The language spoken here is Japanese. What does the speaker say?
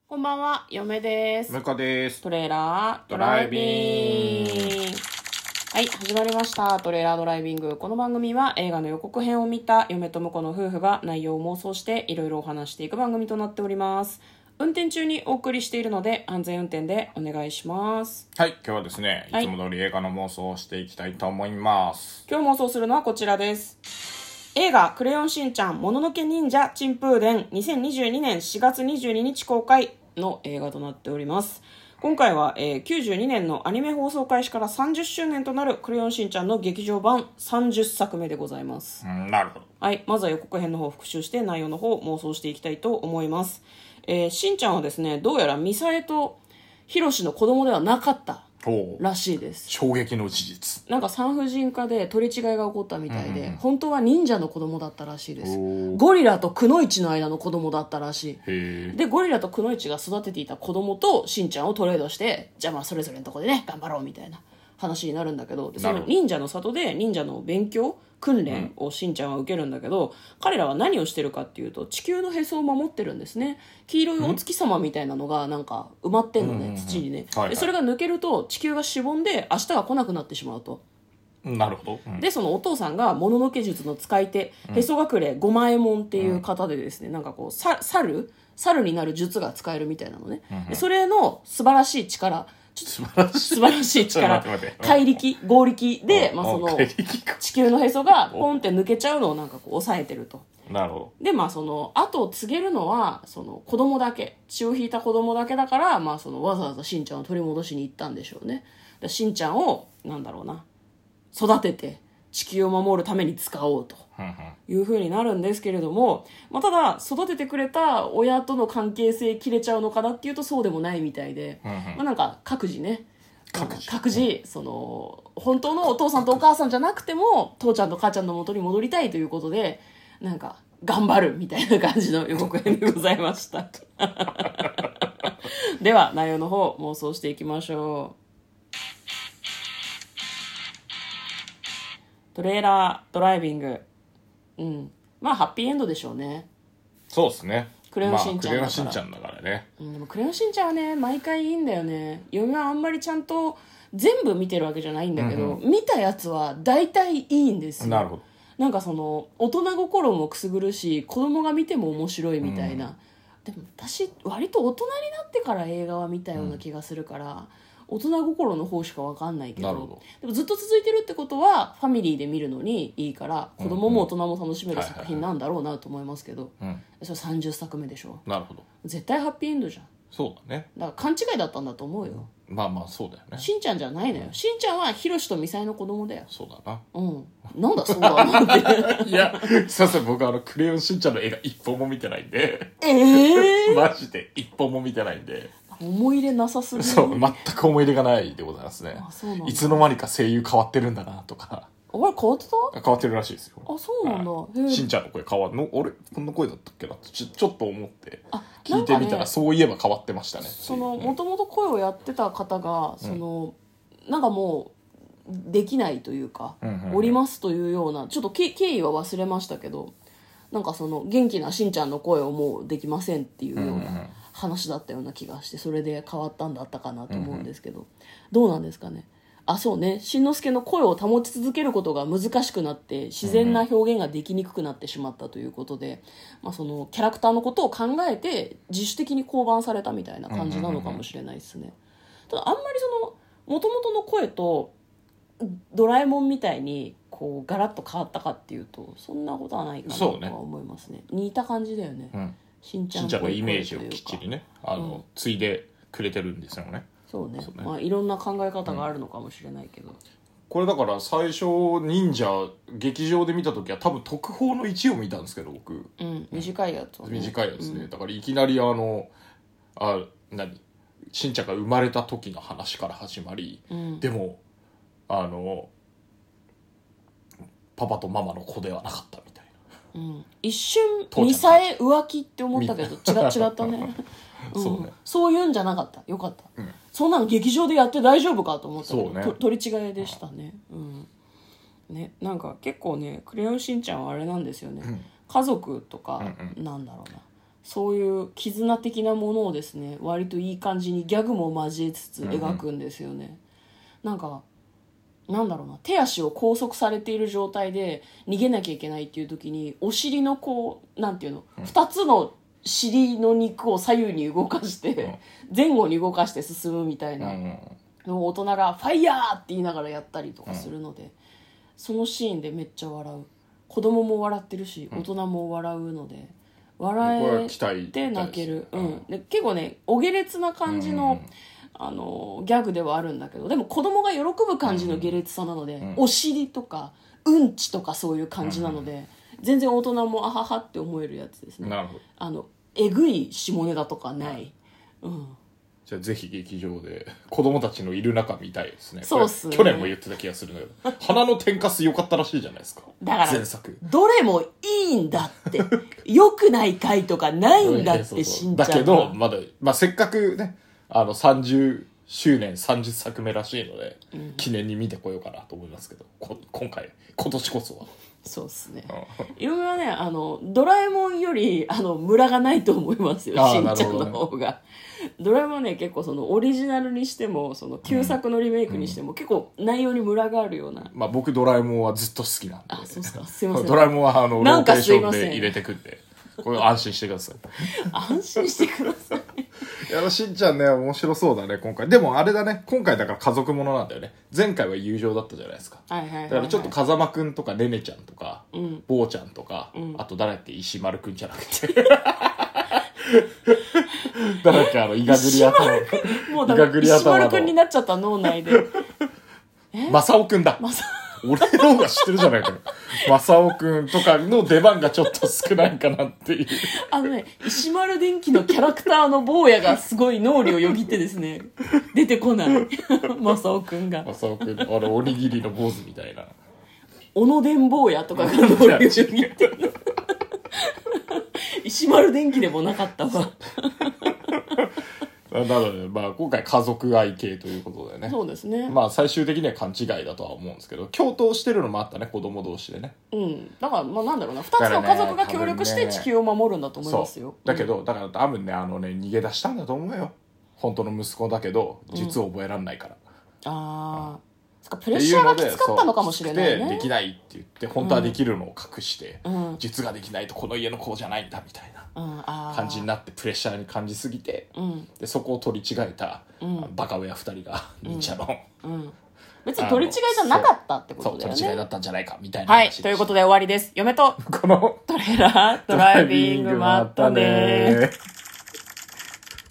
こんばんは、嫁です。 向こです。 トレーラードライビング。はい、始まりました。トレーラードライビング。この番組は映画の予告編を見た嫁と婿の夫婦が内容を妄想していろいろお話していく番組となっております。運転中にお送りしているので安全運転でお願いします。 はい、今日はですね、 はいいつも通り映画の妄想をしていきたいと思います。 今日妄想するのはこちらです。映画クレヨンしんちゃんもののけ忍者チンプー伝2022年4月22日公開の映画となっております。今回は、92年のアニメ放送開始から30周年となるクレヨンしんちゃんの劇場版30作目でございます。 なるほど。 はい、まずは予告編の方を復習して内容の方を妄想していきたいと思います。しんちゃんはですね、どうやらミサエとヒロシの子供ではなかったらしいです。 衝撃の事実。 なんか産婦人科で取り違いが起こったみたいで、本当は忍者の子供だったらしいです。ゴリラとくのいちの間の子供だったらしい。でゴリラとくのいちが育てていた子供としんちゃんをトレードして、じゃあまあそれぞれのとこでね頑張ろうみたいな話になるんだけど、その忍者の里で忍者の勉強訓練をしんちゃんは受けるんだけど、彼らは何をしてるかっていうと地球のへそを守ってるんですね。黄色いお月様みたいなのがなんか埋まってんのね、土にね、でそれが抜けると地球がしぼんで明日が来なくなってしまうと。 なるほど。 でそのお父さんがもののけ術の使い手、へそ隠れ五万右衛門っていう方でですね、なんかこう猿になる術が使えるみたいなのね、でそれの素晴らしい力素晴らしい力怪力合力で、まあ、その地球のへそがポンって抜けちゃうのをなんかこう抑えてると。 なるほど。 でまあその後を告げるのはその子供だけ、血を引いた子供だけだから、まあそのわざわざしんちゃんを取り戻しに行ったんでしょうね。でしんちゃんをなんだろうな、育てて地球を守るために使おうという風になるんですけれども、まあ、ただ育ててくれた親との関係性切れちゃうのかなっていうとそうでもないみたいで、まあ、なんか各自ね、各自その本当のお父さんとお母さんじゃなくても父ちゃんと母ちゃんの元に戻りたいということでなんか頑張るみたいな感じの予告編でございましたでは内容の方妄想していきましょう。トレーラードライビング、まあハッピーエンドでしょうね。 そうですね。 クレヨンしんちゃんだから、 クレヨンしんちゃんだからね。 でもクレヨンしんちゃんはね毎回いいんだよね。嫁はあんまりちゃんと全部見てるわけじゃないんだけど、見たやつは大体いいんですよ。 なるほど。 なんかその大人心もくすぐるし子供が見ても面白いみたいな、でも私割と大人になってから映画は見たような気がするから、大人心の方しか分かんないけど、でもずっと続いてるってことはファミリーで見るのにいいから子供も大人も楽しめる作品なんだろうなと思いますけど、それ30作目でしょ。 なるほど。 絶対ハッピーエンドじゃん。 そうだね。 だから勘違いだったんだと思うよ。 まあまあそうだよね。 しんちゃんじゃないのよ。しんちゃんはヒロシとミサイの子供だよ。 そうだな。 なんだそうだなっていや、すいません、僕クレヨンしんちゃんの映画一本も見てないんで。マジで一本も見てないんで。 思い入れなさすぎる。 そう、全く思い入れがないでございますね。 あ、そうなんだ。 いつの間にか声優変わってるんだなとか。 あれ変わってた？ 変わってるらしいですよ。 あ、そうなんだ。 しんちゃんの声変わるの？俺こんな声だったっけなってちょっと思って聞いてみたら、そういえば変わってましたね。 そのもともと声をやってた方がその、なんかもうできないというか、おりますというようなちょっと経緯は忘れましたけど、なんかその元気なしんちゃんの声をもうできませんっていうような話だったような気がして、それで変わったんだったかなと思うんですけど、どうなんですかね。あ、そうね、しんのすけの声を保ち続けることが難しくなって自然な表現ができにくくなってしまったということで、まあ、そのキャラクターのことを考えて自主的に降板されたみたいな感じなのかもしれないですね。ただあんまりその元々の声とドラえもんみたいにこうガラッと変わったかっていうとそんなことはないかなとは思いますね。似た感じだよね、しんちゃんのイメージをきっちりね継いでくれてるんですよね。 そうね、まあいろんな考え方があるのかもしれないけど、 これだから最初忍者劇場で見た時は多分特報の1を見たんですけど僕、 短いやつはね、 短いやつね、だからいきなりしんちゃんが生まれた時の話から始まり、でもパパとママの子ではなかったみたいな、 一瞬ミサエ浮気って思ったけど違ったねそうね、そういうんじゃなかった。よかった、そんなの劇場でやって大丈夫かと思ったけど、ね、取り違いでしたね。ね、なんか結構ねクレヨンしんちゃんはあれなんですよね、家族とか、なんだろうな、 そういう絆的なものをですね割といい感じにギャグも交えつつ描くんですよね、なんかなんだろうな、手足を拘束されている状態で逃げなきゃいけないっていう時にお尻のこうなんていうの、2つの尻の肉を左右に動かして前後に動かして進むみたいなのを大人が「ファイヤー!」って言いながらやったりとかするので、そのシーンでめっちゃ笑う。子供も笑ってるし大人も笑うので笑えて泣ける、で結構ねお下劣な感じの、ギャグではあるんだけど、でも子供が喜ぶ感じの下劣さなので、お尻とかうんちとかそういう感じなので、全然大人もあははって思えるやつですね。 なるほど。 えぐい下ネタとかない、 じゃあぜひ劇場で子供たちのいる中見たいですね。 そうっすね。 去年も言ってた気がするんだけど花の天かす良かったらしいじゃないですか。 だから前作どれもいいんだって良くない回とかないんだってしんちゃんは。 だけどまだ、せっかくね30周年30作目らしいので、記念に見てこようかなと思いますけど、今年こそはそうっすね。いろいろねドラえもんよりムラがないと思いますよ、しんちゃんの方が。ドラえもんね結構そのオリジナルにしてもその旧作のリメイクにしても、結構内容にムラがあるような。 僕ドラえもんはずっと好きなんで。 あ、そうっすか。すいません。 ドラえもんはローテーションで入れてくんで、これ安心してください。 安心してください。 いや、しんちゃんね、面白そうだね、今回。でもあれだね、今回だから家族ものなんだよね。前回は友情だったじゃないですか。だからちょっと風間くんとかねねちゃんとか、坊ちゃんとか、あと誰だっけ、石丸くんじゃなくて。誰だっけ、イガグリ頭。 もうだから石丸くんになっちゃった脳内で。 マサオくんだ。俺の方が知ってるじゃないかよ。マサオくんとかの出番がちょっと少ないかなっていう。 石丸電機のキャラクターの坊やがすごい脳裏をよぎってですね、出てこない。マサオくんが。 マサオくん、おにぎりの坊主みたいな。 小野伝坊やとかが脳裏をよぎってる。石丸電機でもなかったわ。 なので、今回家族愛系ということでね。 そうですね。 最終的には勘違いだとは思うんですけど、共闘してるのもあったね、子供同士でね。 だから、なんだろうな、2つの家族が協力して地球を守るんだと思いますよ。 だけど、だから多分ね、逃げ出したんだと思うよ。本当の息子だけど、実を覚えられないから。 プレッシャーがきつかったのかもしれないね。 できないって言って、本当はできるのを隠して、実ができないとこの家の子じゃないんだみたいな感じになって、プレッシャーに感じすぎて、でそこを取り違えた、バカ親2人が忍者の、 別に取り違いじゃなかったってことだよね。 そう、取り違いだったんじゃないかみたいな話でした。 はい、ということで終わりです。嫁とこのトレーラードライビングまったね